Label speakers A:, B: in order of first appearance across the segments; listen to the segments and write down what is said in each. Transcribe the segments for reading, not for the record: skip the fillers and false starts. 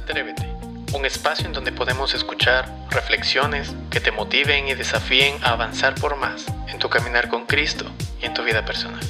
A: Atrévete, un espacio en donde podemos escuchar reflexiones que te motiven y desafíen a avanzar por más en tu caminar con Cristo y en tu vida personal.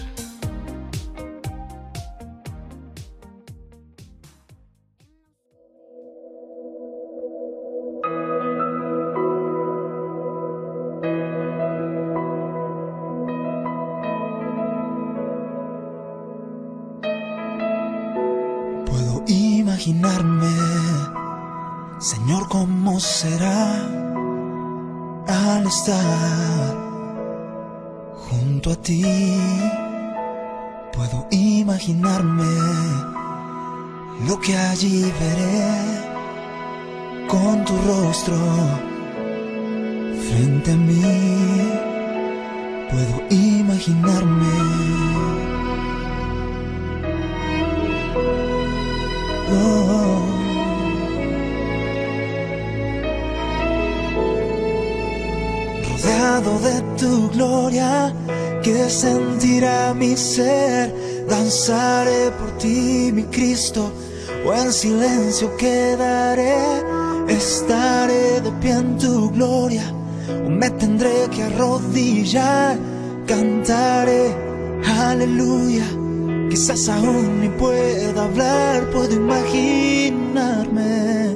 B: Puedo imaginarme, Señor, cómo será al estar junto a ti. Puedo imaginarme lo que allí veré con tu rostro frente a mí. Puedo imaginarme. Rodeado de tu gloria, que sentirá mi ser. Danzaré por ti, mi Cristo, o en silencio quedaré. Estaré de pie en tu gloria, o me tendré que arrodillar. Cantaré, aleluya. Quizás aún ni pueda hablar, puedo imaginarme.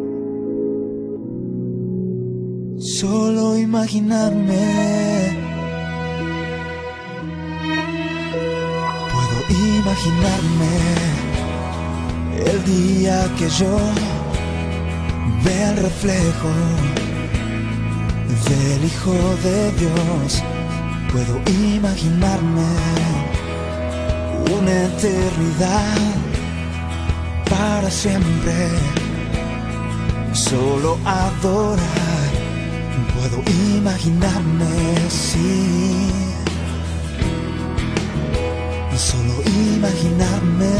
B: Solo imaginarme. Puedo imaginarme el día que yo vea el reflejo del Hijo de Dios. Puedo imaginarme una eternidad para siempre, solo adorar. Puedo imaginarme, sí, solo imaginarme.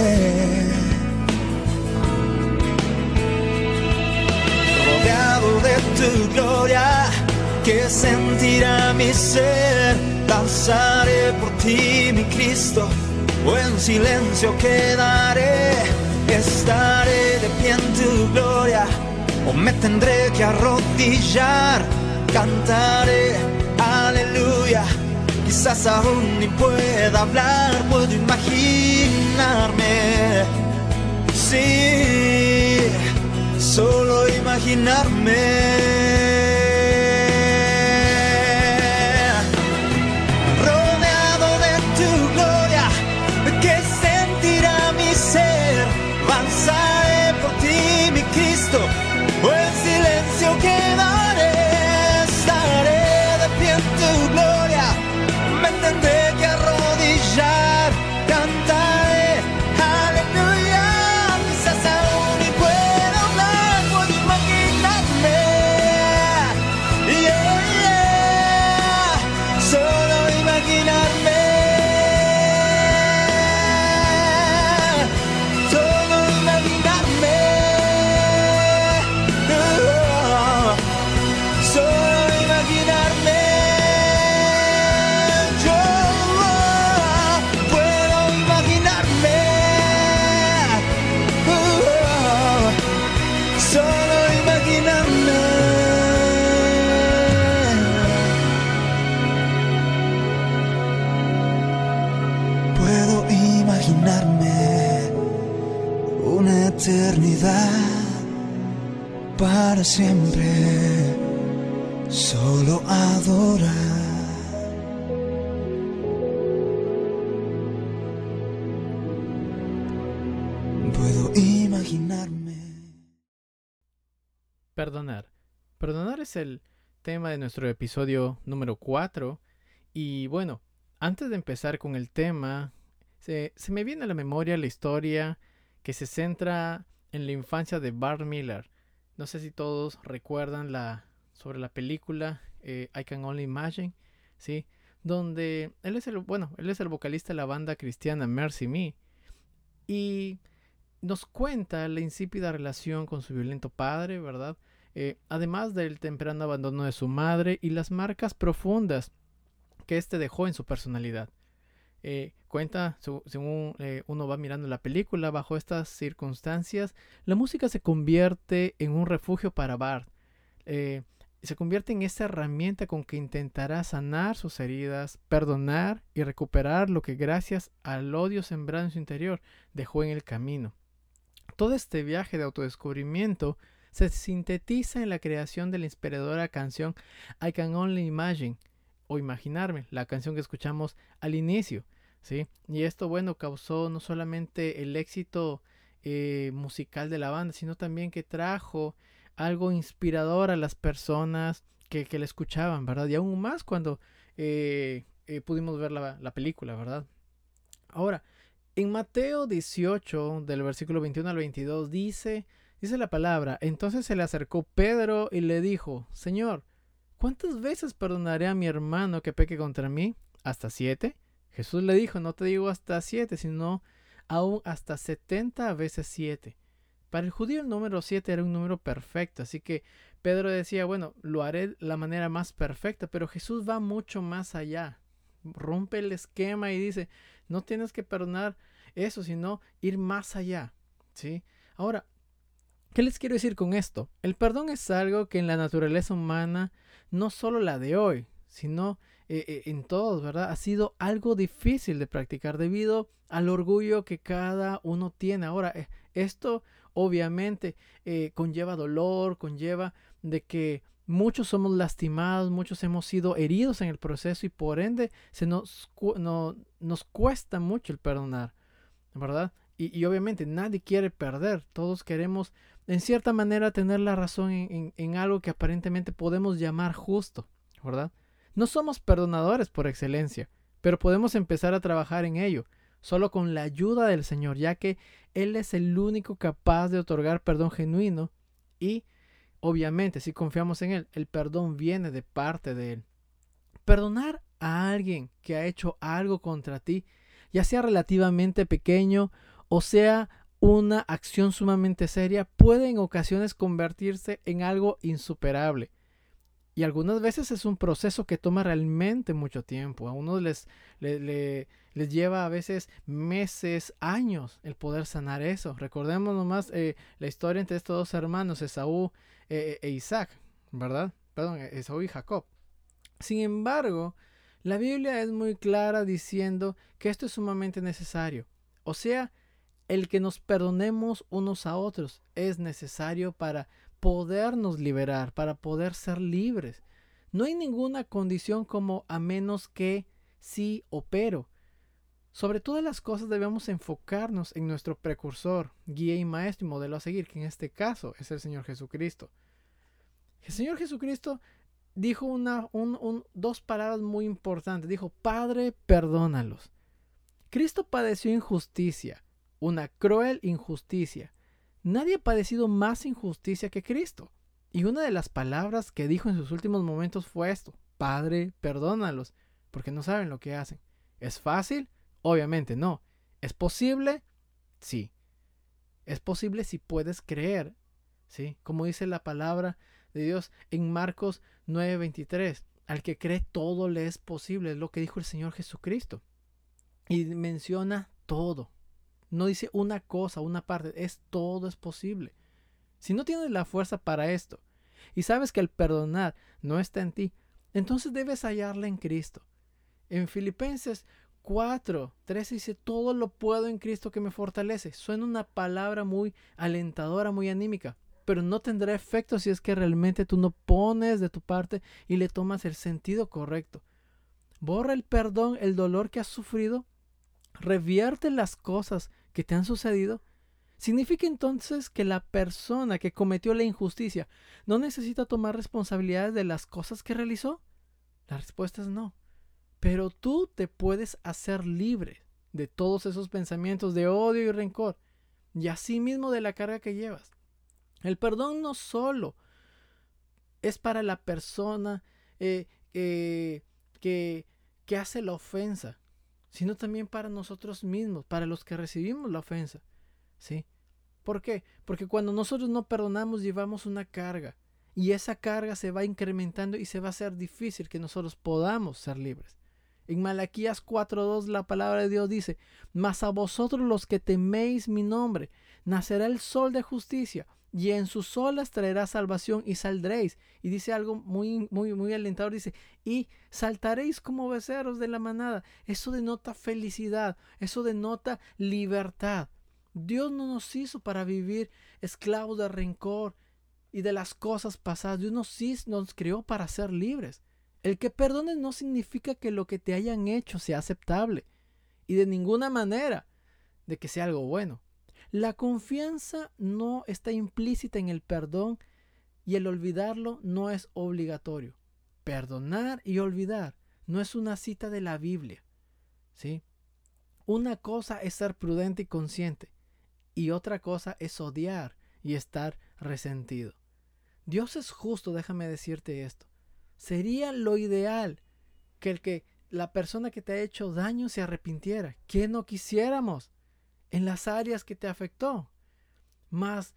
B: Rodeado de tu gloria, que sentirá mi ser. Danzaré por ti, mi Cristo, o en silencio quedaré. Estaré de pie en tu gloria, o me tendré que arrodillar. Cantaré, aleluya. Quizás aún ni pueda hablar, puedo imaginarme. Sí, solo imaginarme. Danzaré por ti, mi Cristo, o en silencio quedaré. Estaré de pie en tu gloria, me tendré que arrodillar. Cantaré, aleluya. Quizás aún ni puedo hablar, puedo imaginarme. Yeah, yeah. Solo imaginarme. Una eternidad para siempre, solo adorar. Puedo imaginarme.
A: Perdonar. Perdonar es el tema de nuestro episodio número 4. Y bueno, antes de empezar con el tema, se me viene a la memoria la historia que se centra en la infancia de Bart Miller. No sé si todos recuerdan sobre la película I Can Only Imagine, ¿sí? Donde él es el vocalista de la banda cristiana Mercy Me. Y nos cuenta la insípida relación con su violento padre, ¿verdad? Además del temprano abandono de su madre y las marcas profundas que éste dejó en su personalidad. Cuenta, según uno va mirando la película, bajo estas circunstancias, la música se convierte en un refugio para Bart. Eh, Se convierte en esa herramienta con que intentará sanar sus heridas, perdonar y recuperar lo que gracias al odio sembrado en su interior dejó en el camino. Todo este viaje de autodescubrimiento se sintetiza en la creación de la inspiradora canción I Can Only Imagine, o Imaginarme, la canción que escuchamos al inicio, ¿sí? Y esto, bueno, causó no solamente el éxito musical de la banda, sino también que trajo algo inspirador a las personas que la escuchaban, ¿verdad? Y aún más cuando pudimos ver la película, ¿verdad? Ahora, en Mateo 18, del versículo 21 al 22, dice la palabra: entonces se le acercó Pedro y le dijo: Señor, ¿cuántas veces perdonaré a mi hermano que peque contra mí? ¿Hasta 7? Jesús le dijo: no te digo hasta 7, sino aún hasta 70 veces 7. Para el judío el número 7 era un número perfecto, así que Pedro decía, bueno, lo haré de la manera más perfecta, pero Jesús va mucho más allá. Rompe el esquema y dice, no tienes que perdonar eso, sino ir más allá, ¿sí? Ahora, ¿qué les quiero decir con esto? El perdón es algo que en la naturaleza humana, no solo la de hoy, sino en todos, ¿verdad? Ha sido algo difícil de practicar debido al orgullo que cada uno tiene. Ahora, esto obviamente conlleva dolor, conlleva de que muchos somos lastimados, muchos hemos sido heridos en el proceso y por ende nos cuesta mucho el perdonar, ¿verdad? Y obviamente nadie quiere perder, todos queremos en cierta manera tener la razón en algo que aparentemente podemos llamar justo, ¿verdad? No somos perdonadores por excelencia, pero podemos empezar a trabajar en ello, solo con la ayuda del Señor, ya que Él es el único capaz de otorgar perdón genuino y, obviamente, si confiamos en Él, el perdón viene de parte de Él. Perdonar a alguien que ha hecho algo contra ti, ya sea relativamente pequeño o sea una acción sumamente seria, puede en ocasiones convertirse en algo insuperable. Y algunas veces es un proceso que toma realmente mucho tiempo. A unos les lleva a veces meses, años el poder sanar eso. Recordemos nomás la historia entre estos dos hermanos, Esaú e Isaac, ¿verdad? Perdón, Esaú y Jacob. Sin embargo, la Biblia es muy clara diciendo que esto es sumamente necesario. O sea, el que nos perdonemos unos a otros es necesario para podernos liberar, para poder ser libres. No hay ninguna condición como a menos que sí o pero. Sobre todas las cosas debemos enfocarnos en nuestro precursor, guía y maestro y modelo a seguir, que en este caso es el Señor Jesucristo. El Señor Jesucristo dijo dos palabras muy importantes. Dijo, Padre, perdónalos. Cristo padeció injusticia, una cruel injusticia. Nadie ha padecido más injusticia que Cristo. Y una de las palabras que dijo en sus últimos momentos fue esto: Padre, perdónalos, porque no saben lo que hacen. ¿Es fácil? Obviamente no. ¿Es posible? Sí. Es posible si puedes creer, ¿sí? Como dice la palabra de Dios en Marcos 9:23. Al que cree todo le es posible, es lo que dijo el Señor Jesucristo. Y menciona todo. No dice una cosa, una parte, todo es posible. Si no tienes la fuerza para esto y sabes que el perdonar no está en ti, entonces debes hallarla en Cristo. En Filipenses 4:13 dice, todo lo puedo en Cristo que me fortalece. Suena una palabra muy alentadora, muy anímica, pero no tendrá efecto si es que realmente tú no pones de tu parte y le tomas el sentido correcto. Borra el perdón, el dolor que has sufrido, revierte las cosas que te han sucedido. ¿Significa entonces que la persona que cometió la injusticia no necesita tomar responsabilidades de las cosas que realizó? La respuesta es no. Pero tú te puedes hacer libre de todos esos pensamientos de odio y rencor, y asimismo de la carga que llevas. El perdón no solo es para la persona que hace la ofensa, sino también para nosotros mismos, para los que recibimos la ofensa, ¿sí? ¿Por qué? Porque cuando nosotros no perdonamos llevamos una carga y esa carga se va incrementando y se va a hacer difícil que nosotros podamos ser libres. En Malaquías 4:2 la palabra de Dios dice: mas a vosotros los que teméis mi nombre, nacerá el sol de justicia, y en sus olas traerá salvación y saldréis. Y dice algo muy alentador, dice: y saltaréis como becerros de la manada. Eso denota felicidad, eso denota libertad. Dios no nos hizo para vivir esclavos de rencor y de las cosas pasadas. Dios nos creó para ser libres. El que perdones no significa que lo que te hayan hecho sea aceptable, y de ninguna manera de que sea algo bueno. La confianza no está implícita en el perdón, y el olvidarlo no es obligatorio. Perdonar y olvidar no es una cita de la Biblia, ¿sí? Una cosa es ser prudente y consciente, y otra cosa es odiar y estar resentido. Dios es justo, déjame decirte esto. Sería lo ideal que la persona que te ha hecho daño se arrepintiera. ¿Qué no quisiéramos en las áreas que te afectó? Mas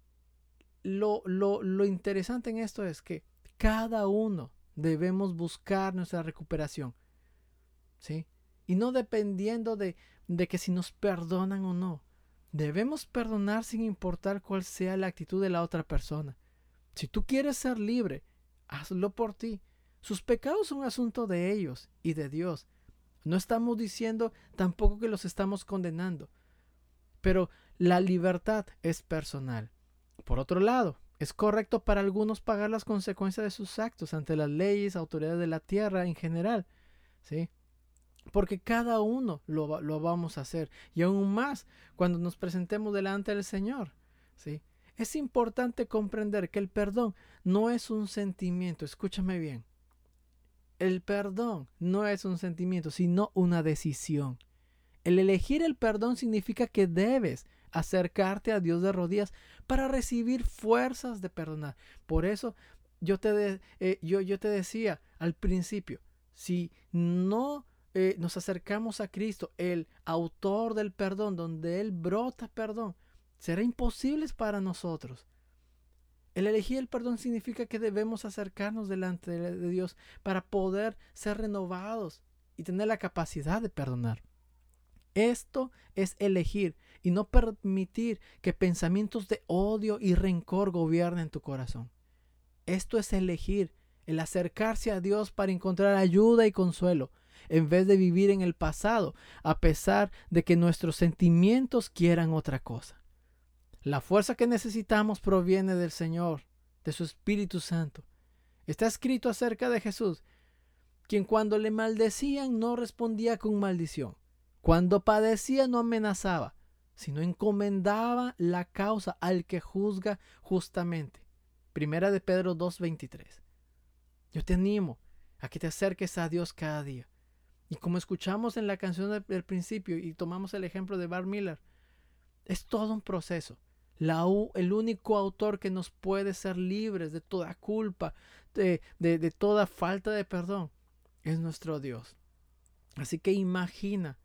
A: lo interesante en esto es que cada uno debemos buscar nuestra recuperación, ¿sí? Y no dependiendo de que si nos perdonan o no. Debemos perdonar sin importar cuál sea la actitud de la otra persona. Si tú quieres ser libre, hazlo por ti. Sus pecados son asunto de ellos y de Dios. No estamos diciendo tampoco que los estamos condenando, pero la libertad es personal. Por otro lado, es correcto para algunos pagar las consecuencias de sus actos ante las leyes, autoridades de la tierra en general, ¿sí? Porque cada uno lo vamos a hacer, y aún más cuando nos presentemos delante del Señor, ¿sí? Es importante comprender que el perdón no es un sentimiento. Escúchame bien. El perdón no es un sentimiento, sino una decisión. El elegir el perdón significa que debes acercarte a Dios de rodillas para recibir fuerzas de perdonar. Por eso yo te decía al principio, si no nos acercamos a Cristo, el autor del perdón, donde Él brota perdón, será imposible para nosotros. El elegir el perdón significa que debemos acercarnos delante de Dios para poder ser renovados y tener la capacidad de perdonar. Esto es elegir y no permitir que pensamientos de odio y rencor gobiernen tu corazón. Esto es elegir el acercarse a Dios para encontrar ayuda y consuelo, en vez de vivir en el pasado, a pesar de que nuestros sentimientos quieran otra cosa. La fuerza que necesitamos proviene del Señor, de su Espíritu Santo. Está escrito acerca de Jesús, quien cuando le maldecían no respondía con maldición. Cuando padecía no amenazaba, sino encomendaba la causa al que juzga justamente. Primera de Pedro 2:23. Yo te animo a que te acerques a Dios cada día. Y como escuchamos en la canción del principio y tomamos el ejemplo de Bart Miller, es todo un proceso. El único autor que nos puede ser libres de toda culpa, de toda falta de perdón, es nuestro Dios. Así que imagina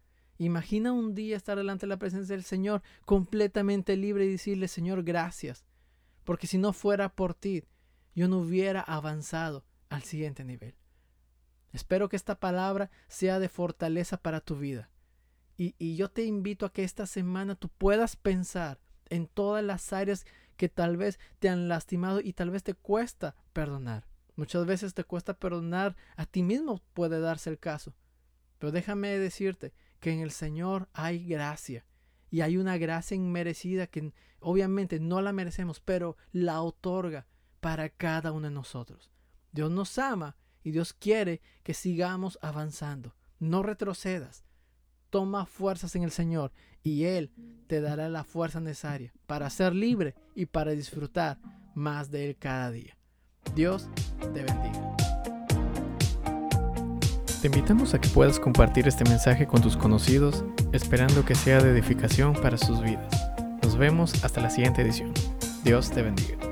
A: un día estar delante de la presencia del Señor completamente libre y decirle: Señor, gracias, porque si no fuera por ti, yo no hubiera avanzado al siguiente nivel. Espero que esta palabra sea de fortaleza para tu vida. Y yo te invito a que esta semana tú puedas pensar en todas las áreas que tal vez te han lastimado y tal vez te cuesta perdonar. Muchas veces te cuesta perdonar a ti mismo, puede darse el caso. Pero déjame decirte que en el Señor hay gracia. Y hay una gracia inmerecida que obviamente no la merecemos, pero la otorga para cada uno de nosotros. Dios nos ama y Dios quiere que sigamos avanzando. No retrocedas. Toma fuerzas en el Señor y Él te dará la fuerza necesaria para ser libre y para disfrutar más de Él cada día. Dios te bendiga. Te invitamos a que puedas compartir este mensaje con tus conocidos, esperando que sea de edificación para sus vidas. Nos vemos hasta la siguiente edición. Dios te bendiga.